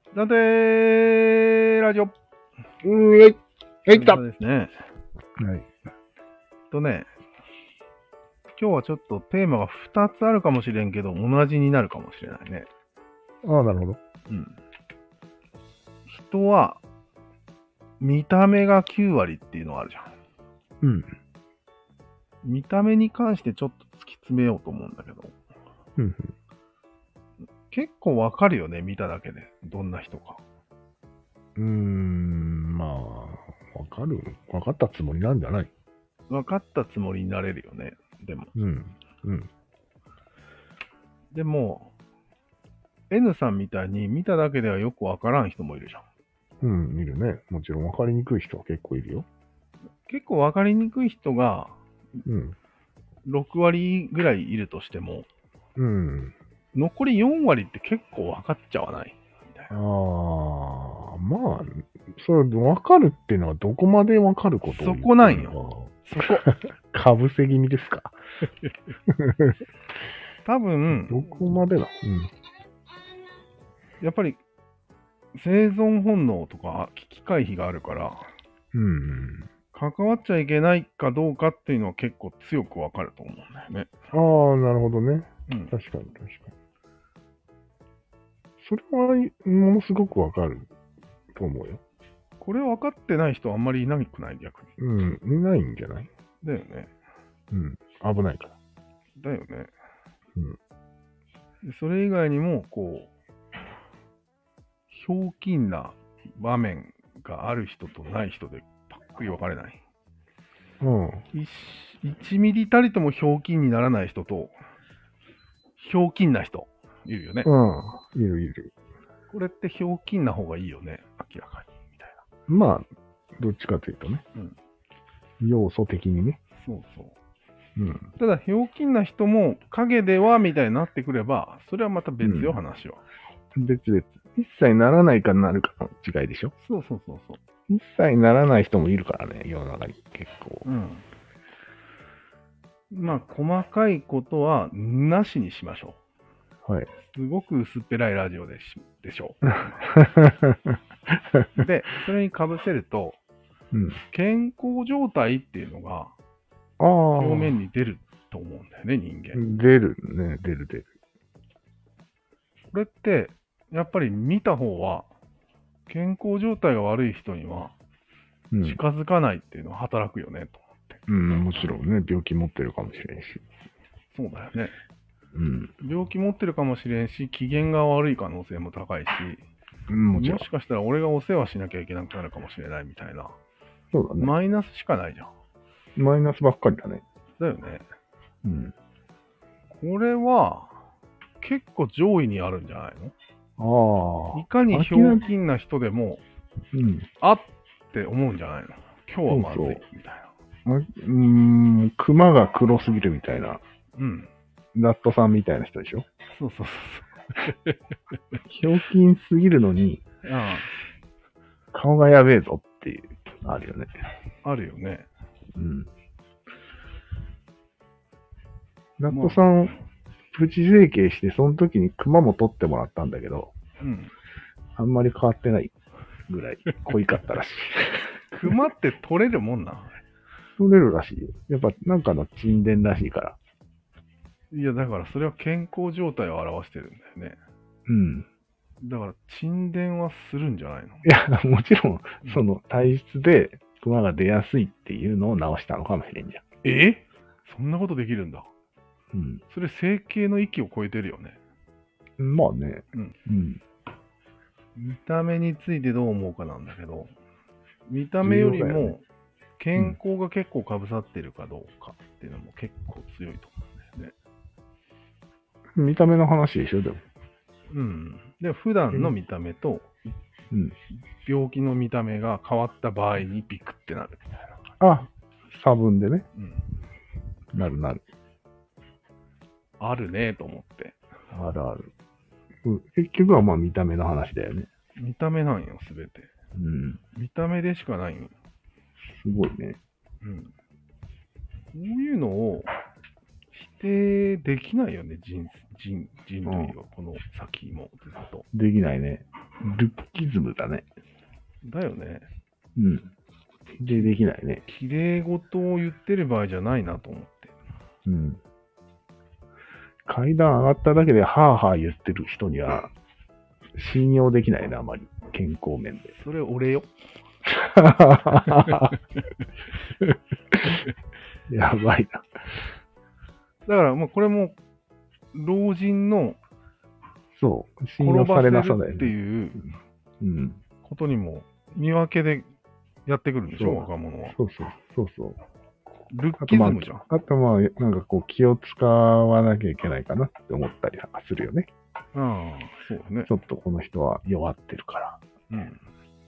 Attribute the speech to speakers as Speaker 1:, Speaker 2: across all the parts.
Speaker 1: 暫定ラジオ。
Speaker 2: はい。はい、来た。
Speaker 1: そうですね。
Speaker 2: はい。
Speaker 1: 今日はちょっとテーマが2つあるかもしれんけど、同じになるかもしれないね。
Speaker 2: ああ、なるほど。
Speaker 1: うん。人は、見た目が9割っていうのがあるじゃん。
Speaker 2: うん。
Speaker 1: 見た目に関してちょっと突き詰めようと思うんだけど、
Speaker 2: うん。
Speaker 1: 結構わかるよね、見ただけで。どんな人か。
Speaker 2: まあ、わかったつもりなんじゃない？
Speaker 1: 分かったつもりになれるよね。でも。
Speaker 2: うん。うん。
Speaker 1: でも、N さんみたいに見ただけではよくわからん人もいるじゃん。
Speaker 2: うん、いるね。もちろんわかりにくい人は結構いるよ。
Speaker 1: 結構わかりにくい人が
Speaker 2: うん。
Speaker 1: 6割ぐらいいるとしても、
Speaker 2: うん。
Speaker 1: 残り4割って結構分かっちゃわないみたい
Speaker 2: あ
Speaker 1: な。
Speaker 2: あ、まあ、それわかるっていうのはどこまでわかることを言ってるのか。
Speaker 1: そこなんよ。そこ。
Speaker 2: かぶせ気味ですか？
Speaker 1: 多分、
Speaker 2: どこまでだ？
Speaker 1: やっぱり生存本能とか危機回避があるから、
Speaker 2: うん。
Speaker 1: 関わっちゃいけないかどうかっていうのは結構強く分かると思うんだよね。
Speaker 2: ああ、なるほどね。
Speaker 1: うん。
Speaker 2: 確かに。それは、ものすごくわかると思うよ。
Speaker 1: これ分かってない人はあんまりいなくない逆に。
Speaker 2: うん、いないんじゃない？
Speaker 1: だよね。
Speaker 2: うん、危ないから。
Speaker 1: だよね。
Speaker 2: うん。
Speaker 1: でそれ以外にも、ひょうきんな場面がある人とない人でパックリ分かれない。
Speaker 2: うん。
Speaker 1: 1ミリたりともひょうきんにならない人と、ひょうきんな人いるよね。
Speaker 2: うん。いる。
Speaker 1: これってひょうきんな方がいいよね、明らかに。みたい
Speaker 2: まあ、どっちかというとね。
Speaker 1: うん。
Speaker 2: 要素的にね。
Speaker 1: そうそう。
Speaker 2: うん。
Speaker 1: ただ、ひょうきんな人も影ではみたいになってくれば、それはまた別よ、話は。
Speaker 2: 別々。一切ならないかなるかの違いでしょ？
Speaker 1: そう。
Speaker 2: 一切ならない人もいるからね、世の中に結構。
Speaker 1: うん。まあ、細かいことはなしにしましょ
Speaker 2: はい。
Speaker 1: う。すごく薄っぺらいラジオでしょう。で、それに被せると、
Speaker 2: うん。
Speaker 1: 健康状態っていうのが
Speaker 2: ああ。
Speaker 1: 表面に出ると思うんだよね、人間。
Speaker 2: 出るね、出る。
Speaker 1: これって、やっぱり見た方は、健康状態が悪い人には
Speaker 2: うん。
Speaker 1: 近づかないっていうのは働くよね、と思って。
Speaker 2: うん、もちろんね、病気持ってるかもしれんし。
Speaker 1: そうだよね。
Speaker 2: うん。
Speaker 1: 病気持ってるかもしれんし、機嫌が悪い可能性も高いし、
Speaker 2: もちろん。
Speaker 1: もしかしたら俺がお世話しなきゃいけなくなるかもしれないみたいな、
Speaker 2: そうだね。
Speaker 1: マイナスしかないじゃん。
Speaker 2: マイナスばっかりだね。
Speaker 1: だよね。
Speaker 2: うん。
Speaker 1: これは、結構上位にあるんじゃないの？
Speaker 2: ああ。
Speaker 1: いかにひょうきんな人でも、
Speaker 2: うん。
Speaker 1: あって思うんじゃないの？今日はまずい、みたい
Speaker 2: 熊が黒すぎるみたいな、
Speaker 1: な。うん。
Speaker 2: ラットさんみたいな人でしょ？
Speaker 1: そう。
Speaker 2: ひょうきんすぎるのに、
Speaker 1: あ
Speaker 2: 顔がやべえぞっていう、あるよね。
Speaker 1: あるよね。
Speaker 2: うん。ラットさん、プチ整形して、その時に熊も取ってもらったんだけど、
Speaker 1: うん。
Speaker 2: あんまり変わってないぐらい濃いかったらしい。
Speaker 1: 熊って取れるもんな。
Speaker 2: 取れるらしいよ。やっぱなんかの沈殿らしいから。
Speaker 1: いや、だからそれは健康状態を表してるんだよね。
Speaker 2: うん。
Speaker 1: だから沈殿はするんじゃないの？
Speaker 2: いや、もちろん、その体質で熊が出やすいっていうのを直したのかもしれんじゃん。
Speaker 1: そんなことできるんだ。
Speaker 2: うん。
Speaker 1: それ整形の域を超えてるよね。
Speaker 2: まあね。
Speaker 1: うん。見た目についてどう思うかなんだけど、見た目よりも健康が結構かぶさってるかどうかっていうのも結構強いと思うんだよね。
Speaker 2: 見た目の話でしょ、でも。
Speaker 1: うん。で、普段の見た目と、病気の見た目が変わった場合にビクってなるみたいな。
Speaker 2: あ、差分でね。
Speaker 1: うん。
Speaker 2: なる。
Speaker 1: あるねと思って。
Speaker 2: ある。結局はまあ見た目の話だよね。
Speaker 1: 見た目なんよ、すべて。見た目でしかないんよ。
Speaker 2: すごいね。
Speaker 1: こういうのを否定できないよね、人類はこの先もずっと。
Speaker 2: できないね。 ルッキズムだね。
Speaker 1: だよね。
Speaker 2: うん。できないね。
Speaker 1: 綺麗事を言ってる場合じゃないなと思って。
Speaker 2: うん。階段上がっただけでハーハー言ってる人には信用できないな、あまり。健康面で。
Speaker 1: それ俺よ。
Speaker 2: やばいな。
Speaker 1: だからもうこれも老人の
Speaker 2: そう。信用されなさだよね。
Speaker 1: っていう
Speaker 2: うん。
Speaker 1: ことにも見分けでやってくるんでしょ、
Speaker 2: そう
Speaker 1: 若者は。
Speaker 2: そうそう。そうそう。
Speaker 1: ルッキズムじゃん。
Speaker 2: あとまあ、なんかこう気を使わなきゃいけないかなって思ったりするよね。
Speaker 1: ああ、そうだね
Speaker 2: ち。ょっとこの人は弱ってるから。
Speaker 1: うん。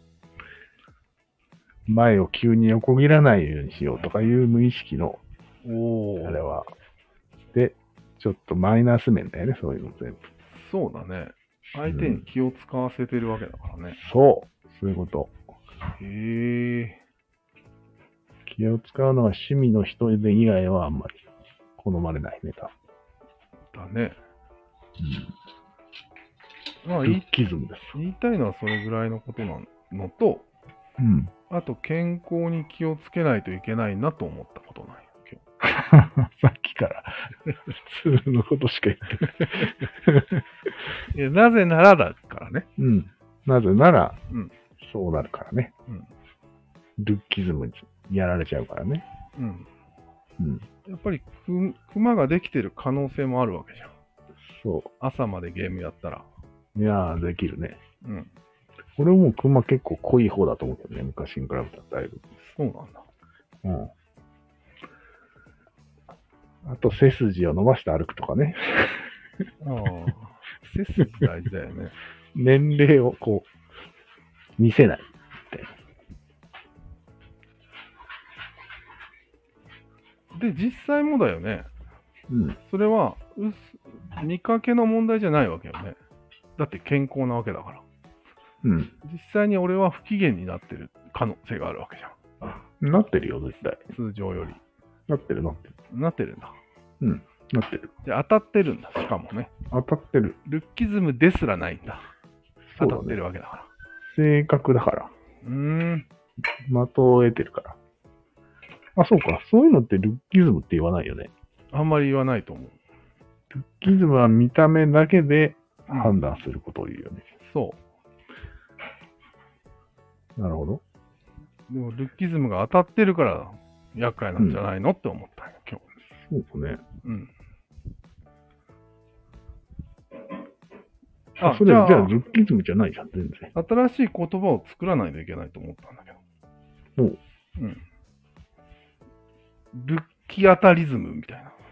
Speaker 2: 前を急に横切らないようにしようとかいう無意識の、
Speaker 1: お
Speaker 2: あれは。で、ちょっとマイナス面だよね、そういうの全部。
Speaker 1: そうだね。相手に気を使わせてるわけだからね。
Speaker 2: そう。そういうこと。
Speaker 1: へえ。
Speaker 2: 気を使うのが趣味の人で以外はあんまり好まれないね、多分。
Speaker 1: だね。まあ
Speaker 2: ルッキズムです。
Speaker 1: 言いたいのはそれぐらいのことなのと、
Speaker 2: うん。
Speaker 1: あと健康に気をつけないといけないなと思ったことなんよ、
Speaker 2: さっきから普通のことしか言ってない。
Speaker 1: いや、なぜならだからね。
Speaker 2: うん。なぜなら、
Speaker 1: うん。
Speaker 2: そうなるからね。
Speaker 1: うん。
Speaker 2: ルッキズムにやられちゃうからね。
Speaker 1: うん。
Speaker 2: うん。
Speaker 1: やっぱり熊ができてる可能性もあるわけじゃん。
Speaker 2: そ
Speaker 1: 朝までゲームやったら。
Speaker 2: う。いやー、できるね。
Speaker 1: うん。
Speaker 2: 俺もクマ結構濃い方だと思うけどね、昔に比べたらだいぶ。
Speaker 1: そうなんだ。
Speaker 2: うん。あと、背筋を伸ばして歩くとかね。
Speaker 1: ああ。背筋大事だよね。
Speaker 2: 年齢をこう、見せない。
Speaker 1: で、実際もだよね。
Speaker 2: うん。
Speaker 1: それは、見かけの問題じゃないわけよね。だって健康なわけだから。
Speaker 2: うん。
Speaker 1: 実際に俺は不機嫌になってる可能性があるわけじゃん。
Speaker 2: なってるよ、絶対。
Speaker 1: 通常より。
Speaker 2: なってる。
Speaker 1: なってるんだ。
Speaker 2: うん。なってる。
Speaker 1: で、当たってるんだ、しかもね。
Speaker 2: 当たってる。
Speaker 1: ルッキズムですらないんだ。
Speaker 2: そうだね
Speaker 1: 当たってるわけだから。
Speaker 2: 正確だから。
Speaker 1: うーん。
Speaker 2: 的を得てるから。あ、そうか。そういうのってルッキズムって言わないよね。
Speaker 1: あんまり言わないと思う。
Speaker 2: ルッキズムは見た目だけで判断することを言うよね。
Speaker 1: そ
Speaker 2: なるほど。
Speaker 1: う。でも、ルッキズムが当たってるから厄介なんじゃないの、って思ったんよ、今日。
Speaker 2: そうだね。
Speaker 1: うん。
Speaker 2: じゃあルッキズムじゃないじゃん、全然。
Speaker 1: 新しい言葉を作らないといけないと思ったんだけど。
Speaker 2: おう。
Speaker 1: うん。ルッキアタリズムみたいな。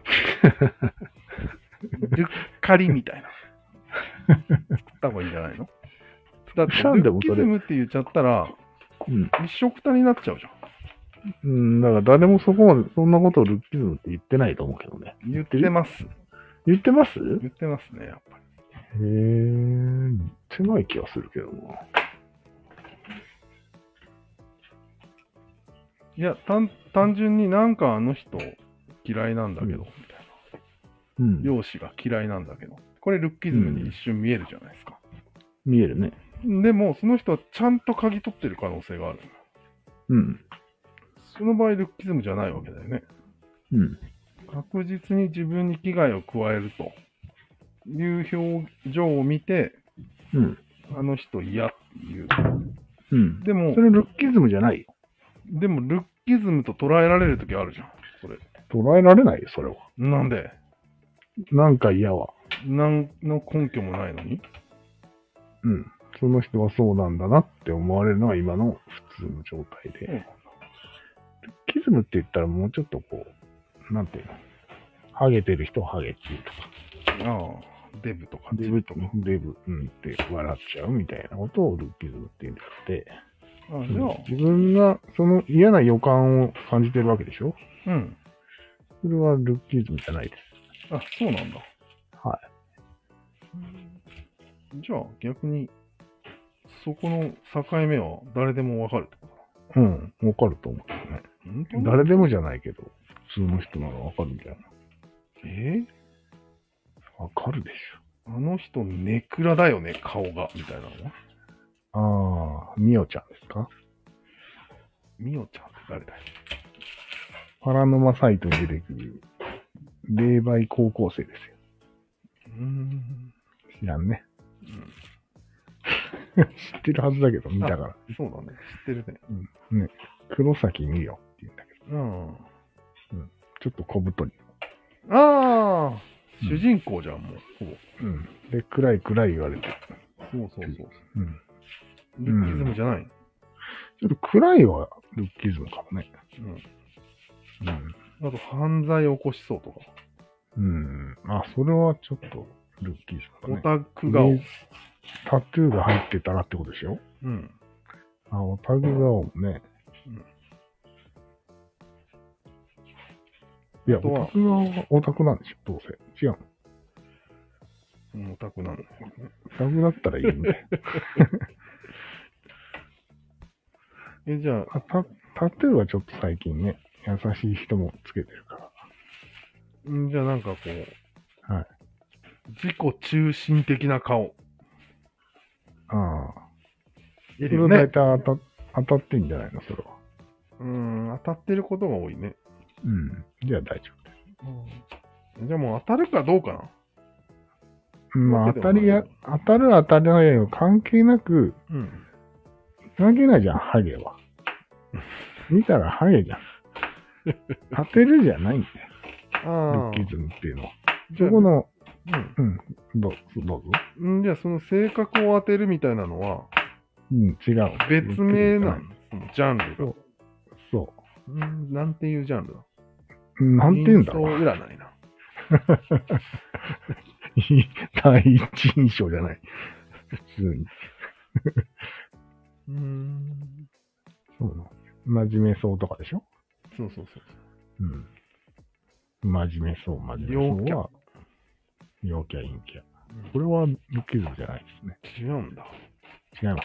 Speaker 1: ルッカリみたいな。作った方がいいんじゃないの？だって、ルッキズムって言っちゃったら、
Speaker 2: うん。
Speaker 1: 一緒くたになっちゃうじゃん。
Speaker 2: うん、だから誰もそこまで、そんなことをルッキズムって言ってないと思うけどね。
Speaker 1: 言ってます。
Speaker 2: 言ってます？
Speaker 1: 言ってますね、やっぱり。
Speaker 2: へー、言ってない気がするけどな。
Speaker 1: いや、単純になんかあの人嫌いなんだけど、みたいな。
Speaker 2: うん。
Speaker 1: 容姿が嫌いなんだけど。これルッキズムに一瞬見えるじゃないですか。
Speaker 2: 見えるね。
Speaker 1: でも、その人はちゃんと嗅ぎ取ってる可能性がある。
Speaker 2: うん。
Speaker 1: その場合、ルッキズムじゃないわけだよね。
Speaker 2: うん。
Speaker 1: 確実に自分に危害を加えるという表情を見て、
Speaker 2: うん。
Speaker 1: あの人嫌っていう。
Speaker 2: うん。
Speaker 1: でも、
Speaker 2: それルッキズムじゃないよ。
Speaker 1: でも、ルッキズムと捉えられるときあるじゃん。それ。
Speaker 2: 捉えられないよ、それは。
Speaker 1: なんで
Speaker 2: なんか嫌は。
Speaker 1: 何の根拠もないのに。
Speaker 2: うん。その人はそうなんだなって思われるのが今の普通の状態で。ルッキズムって言ったらもうちょっとこう、なんていうの。ハゲてる人をハゲっていうとか。
Speaker 1: ああ、デブとか。
Speaker 2: デブ、うんって笑っちゃうみたいなことをルッキズムって言うんであって。
Speaker 1: ああ、じゃあ、
Speaker 2: 自分がその嫌な予感を感じてるわけでしょ？
Speaker 1: うん。
Speaker 2: それはルッキズムじゃないです。
Speaker 1: あ、そうなんだ。
Speaker 2: はい。
Speaker 1: じゃあ、逆に、そこの境目は誰でもわかるってこ
Speaker 2: うん、わかると思うけどね。
Speaker 1: と本当に
Speaker 2: 誰でもじゃないけど、普通の人ならわかるんじゃないわかるでし
Speaker 1: あの人、ネクラだよね、顔が、みたいなのは。
Speaker 2: みおちゃんですか？
Speaker 1: みおちゃんって誰だよ。
Speaker 2: パラノマサイトに出てくる、霊媒高校生ですよ。知らんね。知ってるはずだけど、見たから。
Speaker 1: そうだね。知ってるね。
Speaker 2: ね。黒崎みおって言うんだけど。ちょっと小太り。
Speaker 1: ああ、主人公じゃん、もう。ほぼ。
Speaker 2: で、暗い言われてる。
Speaker 1: そうそうそう。
Speaker 2: ル
Speaker 1: ッキズムじゃない。
Speaker 2: ちょっと暗いはルッキズムかもね。
Speaker 1: あと、犯罪を起こしそうとか。
Speaker 2: あ、それはちょっとルッキズムだね。
Speaker 1: オタク顔。
Speaker 2: タトゥーが入ってたらってことでしょ？あ、オタク顔もね。いや、オタク顔はオタクなんでしょ、どうせ。違う。
Speaker 1: オタクなんだよね。
Speaker 2: オタクだったらいいね。
Speaker 1: じゃあ、
Speaker 2: タトゥーはちょっと最近ね、優しい人もつけてるから。
Speaker 1: じゃあなんかこう、自己中心的な顔。
Speaker 2: ああ。
Speaker 1: い
Speaker 2: それは大体当たってんじゃないの、それは。
Speaker 1: 当たってることが多いね。
Speaker 2: じゃあ大丈夫です。
Speaker 1: じゃあもう当たるかどうかな。
Speaker 2: まあ当たりないよ。関係なく、関係ないじゃん、ハゲは。見たらハゲじゃん。当てるじゃないんだよ。ルッキズムっていうのは。そこの、どうぞ。
Speaker 1: じゃあその性格を当てるみたいなのは、
Speaker 2: 違う。
Speaker 1: 別名なの、ジャンルが。
Speaker 2: そう。
Speaker 1: なんていうジャンルだ？
Speaker 2: なんて言うんだろう。
Speaker 1: 人相占いな。
Speaker 2: 第一印象じゃない。普通に。そうな。真面目そうとかでしょ？
Speaker 1: そう。
Speaker 2: 真面目そうは、陽キャ、陰キャ。これはルッキズムじゃないですね。
Speaker 1: 違うんだ。
Speaker 2: 違います。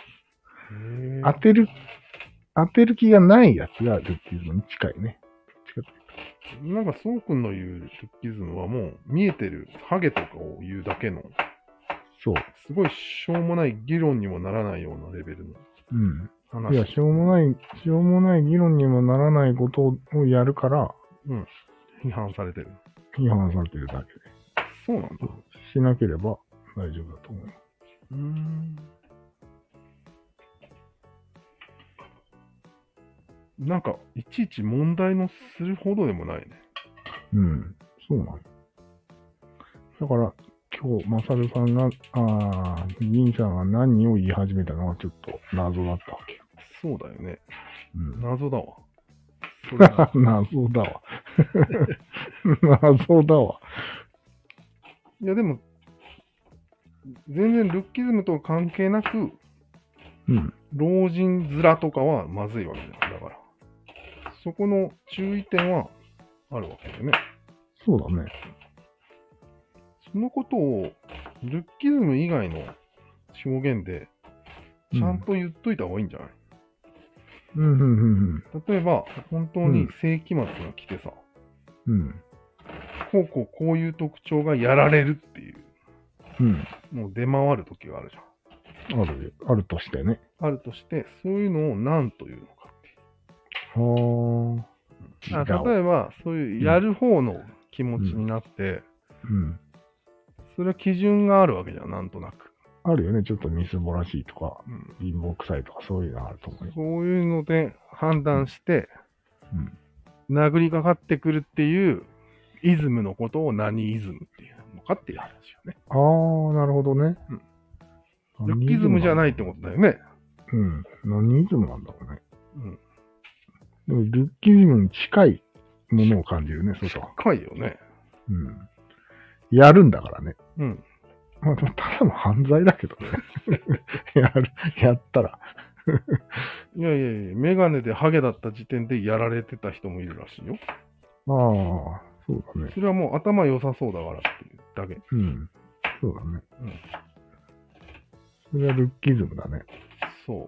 Speaker 2: 当てる気がないやつがルッキズムに近いね。
Speaker 1: なんか、そうくんの言うルッキズムはもう見えてるハゲとかを言うだけの、
Speaker 2: そう。
Speaker 1: すごいしょうもない議論にもならないようなレベルの話。
Speaker 2: いや、しょうもない議論にもならないことをやるから、
Speaker 1: 批判されてる。
Speaker 2: 批判されてるだけで。
Speaker 1: そうなんだ。
Speaker 2: しなければ大丈夫だと思う。
Speaker 1: なんか、いちいち問題のするほどでもないね。
Speaker 2: そうなの。だから、今日、マサルさんが、銀さんが何を言い始めたのはちょっと謎だったわけ。
Speaker 1: そうだよね。謎だわ。
Speaker 2: 謎だわ。謎だわ。
Speaker 1: いや、でも、全然ルッキズムとは関係なく、老人面とかはまずいわけじゃん。だから。そこの注意点はあるわけだよね。
Speaker 2: そうだね。
Speaker 1: そのことを、ルッキズム以外の表現で、ちゃんと言っといた方がいいんじゃない？例えば、本当に世紀末が来てさ、こういう特徴がやられるっていう、もう出回る時があるじゃん。
Speaker 2: あるとしてね。
Speaker 1: あるとして、そういうのを何というのかっていう。例えば、そういうやる方の気持ちになって、それは基準があるわけじゃん、なんとなく。
Speaker 2: あるよね、ちょっとみすぼらしいとか、貧乏臭いとか、そういうのあると思うよ。
Speaker 1: そういうので判断して、殴りかかってくるっていうイズムのことを何イズムっていうのかっていう話よね。
Speaker 2: なるほどね。
Speaker 1: ルッキズムじゃないってことだよね。
Speaker 2: 何イズムなんだろうね。でもルッキズムに近いものを感じるね、そうそう。
Speaker 1: 近いよね。
Speaker 2: やるんだからね。
Speaker 1: ま
Speaker 2: あ、でもただの犯罪だけどね。やったら。
Speaker 1: いや、メガネでハゲだった時点でやられてた人もいるらしいよ。
Speaker 2: そうだね。
Speaker 1: それはもう頭良さそうだからっていうだけ。
Speaker 2: そうだね。それはルッキズムだね。
Speaker 1: そう。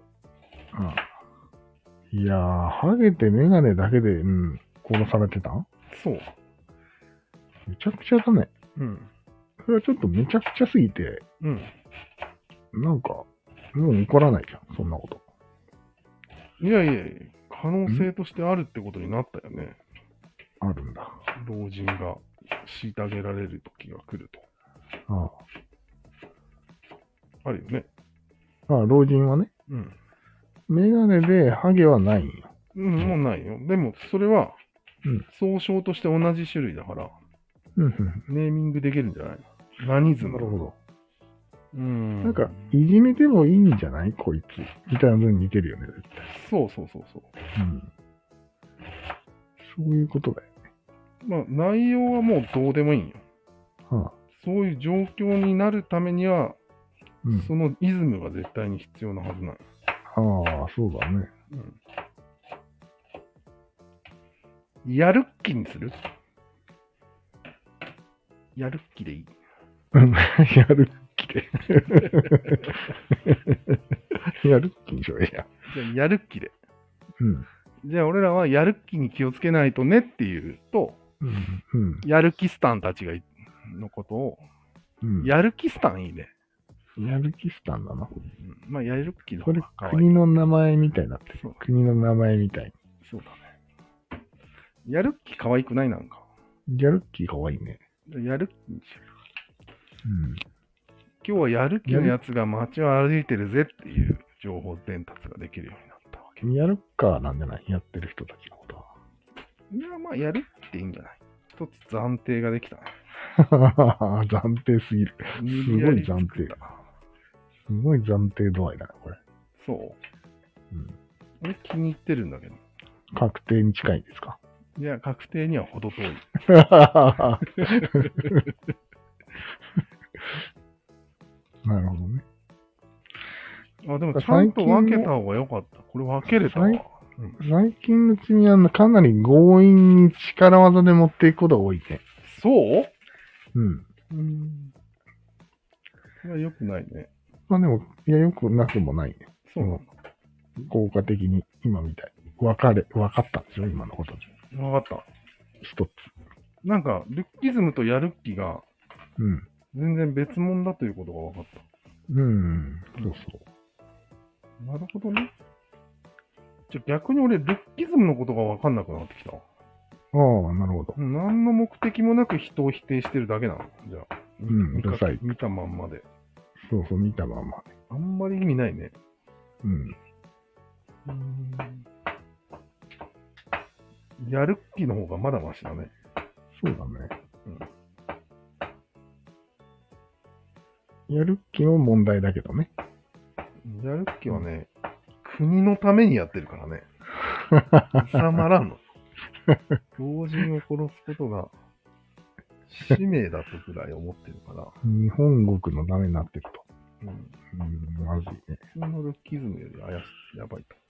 Speaker 2: いやー、ハゲてメガネだけで、殺されてた？
Speaker 1: そう。
Speaker 2: めちゃくちゃだね。それはちょっとめちゃくちゃすぎて、なんか、もう怒らないじゃん、そんなこと。
Speaker 1: いやいやいや、可能性としてあるってことになったよね。
Speaker 2: あるんだ。
Speaker 1: 老人が虐げられる時が来ると。
Speaker 2: あ
Speaker 1: あるよね。
Speaker 2: あ。ああ、老人はね、
Speaker 1: うん。
Speaker 2: メガネでハゲはないんよ。
Speaker 1: うん、もうないよ。でも、それは、
Speaker 2: うん
Speaker 1: 総称として同じ種類だから、
Speaker 2: うんうん。
Speaker 1: ネーミングできるんじゃないの？何ズム。
Speaker 2: なるほど。
Speaker 1: うん。
Speaker 2: なんか、いじめてもいいんじゃないこいつ。みたいなのに似てるよね、絶対。
Speaker 1: そうそうそうそう。
Speaker 2: うん。そういうことだよ。
Speaker 1: まあ、内容はもうどうでもいいんよ。
Speaker 2: はあ、
Speaker 1: そういう状況になるためには、
Speaker 2: うん。
Speaker 1: そのイズムが絶対に必要なはずなの。
Speaker 2: ああ、そうだね。
Speaker 1: うん。やるっきにする？やるっきでいい。
Speaker 2: うんやる気で。やる気にしようや。
Speaker 1: じゃあ、やるっきで。
Speaker 2: うん。
Speaker 1: じゃあ、俺らはやるっきに気をつけないとねっていうと、
Speaker 2: うん。うん。
Speaker 1: やるキスタンたちがのことを、
Speaker 2: うん。
Speaker 1: やるキスタンいいね。
Speaker 2: やる気スタンだな。
Speaker 1: うん、まあ、やるっきの
Speaker 2: これ
Speaker 1: 方が可愛い。
Speaker 2: 国の名前みたいになってる。
Speaker 1: そう
Speaker 2: 国の名前みたい
Speaker 1: そうだね。やるっき可愛くないなんか。
Speaker 2: に。やる気かわいいね。
Speaker 1: やるっきにしよう。
Speaker 2: うん。
Speaker 1: 今日はやる気のやつが街を歩いてるぜっていう情報伝達ができるようになったわけ。
Speaker 2: やるかなんじゃないやってる人たちのことは。
Speaker 1: いや、まあ、やるっていいんじゃない？一つ暫定ができたね。
Speaker 2: 暫定すぎる。すごい暫定。すごい暫定度合いだね、これ。
Speaker 1: そう。
Speaker 2: うん。
Speaker 1: 俺気に入ってるんだけど。
Speaker 2: 確定に近いんですか？
Speaker 1: いや、確定には程遠い。
Speaker 2: なるほどね。
Speaker 1: あ、でもちゃんと分けた方が良かった。これ分けれたわ。
Speaker 2: 最近のうちにかなり強引に力技で持っていくことが多いね。
Speaker 1: そう
Speaker 2: うん。
Speaker 1: それは良くないね。
Speaker 2: まあでも、いや、よくなくもないね。
Speaker 1: そうなんだ。
Speaker 2: 効果的に、今みたいに。分かったんですよ、今のことで。
Speaker 1: 分かった。
Speaker 2: 一つ。
Speaker 1: なんか、ルッキズムとやるっきが
Speaker 2: うん。
Speaker 1: 全然別物だということが分かっ
Speaker 2: うん。そうそう。
Speaker 1: た。なるほどね。逆に俺、ルッキズムのことが分かんなくなってきた。
Speaker 2: ああ、なるほど。
Speaker 1: 何の目的もなく人を否定してるだけなの。じゃあ。
Speaker 2: うん、ダサい。
Speaker 1: 見たまんまで。
Speaker 2: そうそう、見たまんまね。
Speaker 1: あんまり意味ないね。
Speaker 2: うん。
Speaker 1: やるっきの方がまだマシだね。
Speaker 2: そうだね。やる気も問題だけどね。
Speaker 1: やるっきはね、国のためにやってるからね。収まらんの。老人を殺すことが使命だとぐらい思ってるから。
Speaker 2: 日本国のためになってると。
Speaker 1: うん。
Speaker 2: まずいね。
Speaker 1: 普通のルッキズムよりやばいと。